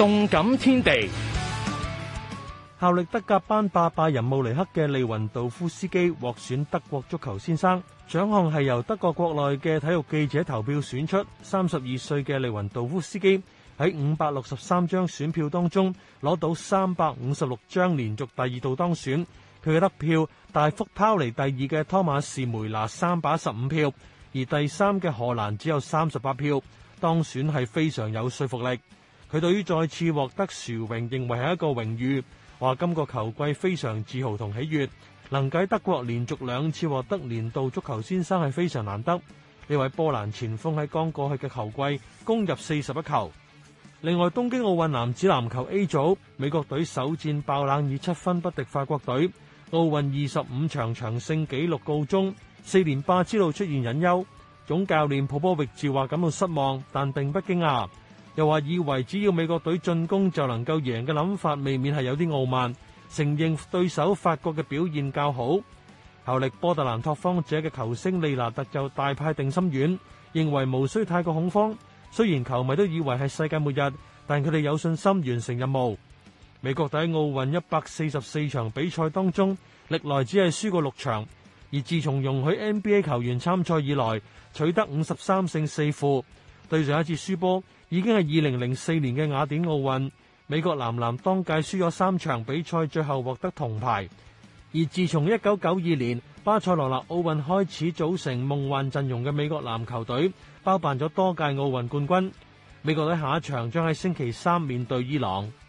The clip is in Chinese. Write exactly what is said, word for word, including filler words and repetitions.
動感天地， 效力德甲班霸拜仁慕尼黑嘅利雲道夫斯基獲選德國足球先生，獎項係由德國國內嘅體育記者投票選出。三十二歲嘅利雲道夫斯基喺五百六十三張選票當中攞到三百五十六張，連續第二度當選。佢嘅得票大幅拋離第二嘅托馬士梅拿三百一十五票，而第三嘅荷蘭只有三十八票。當選係非常有說服力。佢對於再次獲得殊榮認為係一個榮譽，話今個球季非常自豪同喜悅，能喺德國連續兩次獲得年度足球先生係非常難得。呢位波蘭前鋒喺剛過去嘅球季攻入四十一球。另外，東京奧運男子籃球 A 組，美國隊首戰爆冷以七分不敵法國隊，奧運二十五場長勝紀錄告終，四連霸之路出現隱憂。總教練普波域治話感到失望，但並不驚訝。又話以為只要美國隊進攻就能夠贏嘅諗法，未免係有啲傲慢。承認對手法國嘅表現較好。效力波特蘭拓荒者嘅球星利拿特就大派定心丸，認為無需太過恐慌。雖然球迷都以為係世界末日，但佢哋有信心完成任務。美國隊喺奧運一百四十四場比賽當中，歷來只係輸過六場，而自從容許 N B A 球員參賽以來，取得五十三勝四負。對上一次輸波已經係二零零四年嘅雅典奧運，美國男籃當屆輸咗三場比賽，最後獲得銅牌。而自從一九九二年巴塞羅那奧運開始組成夢幻陣容嘅美國籃球隊，包辦咗多屆奧運冠軍。美國隊下一場將喺星期三面對伊朗。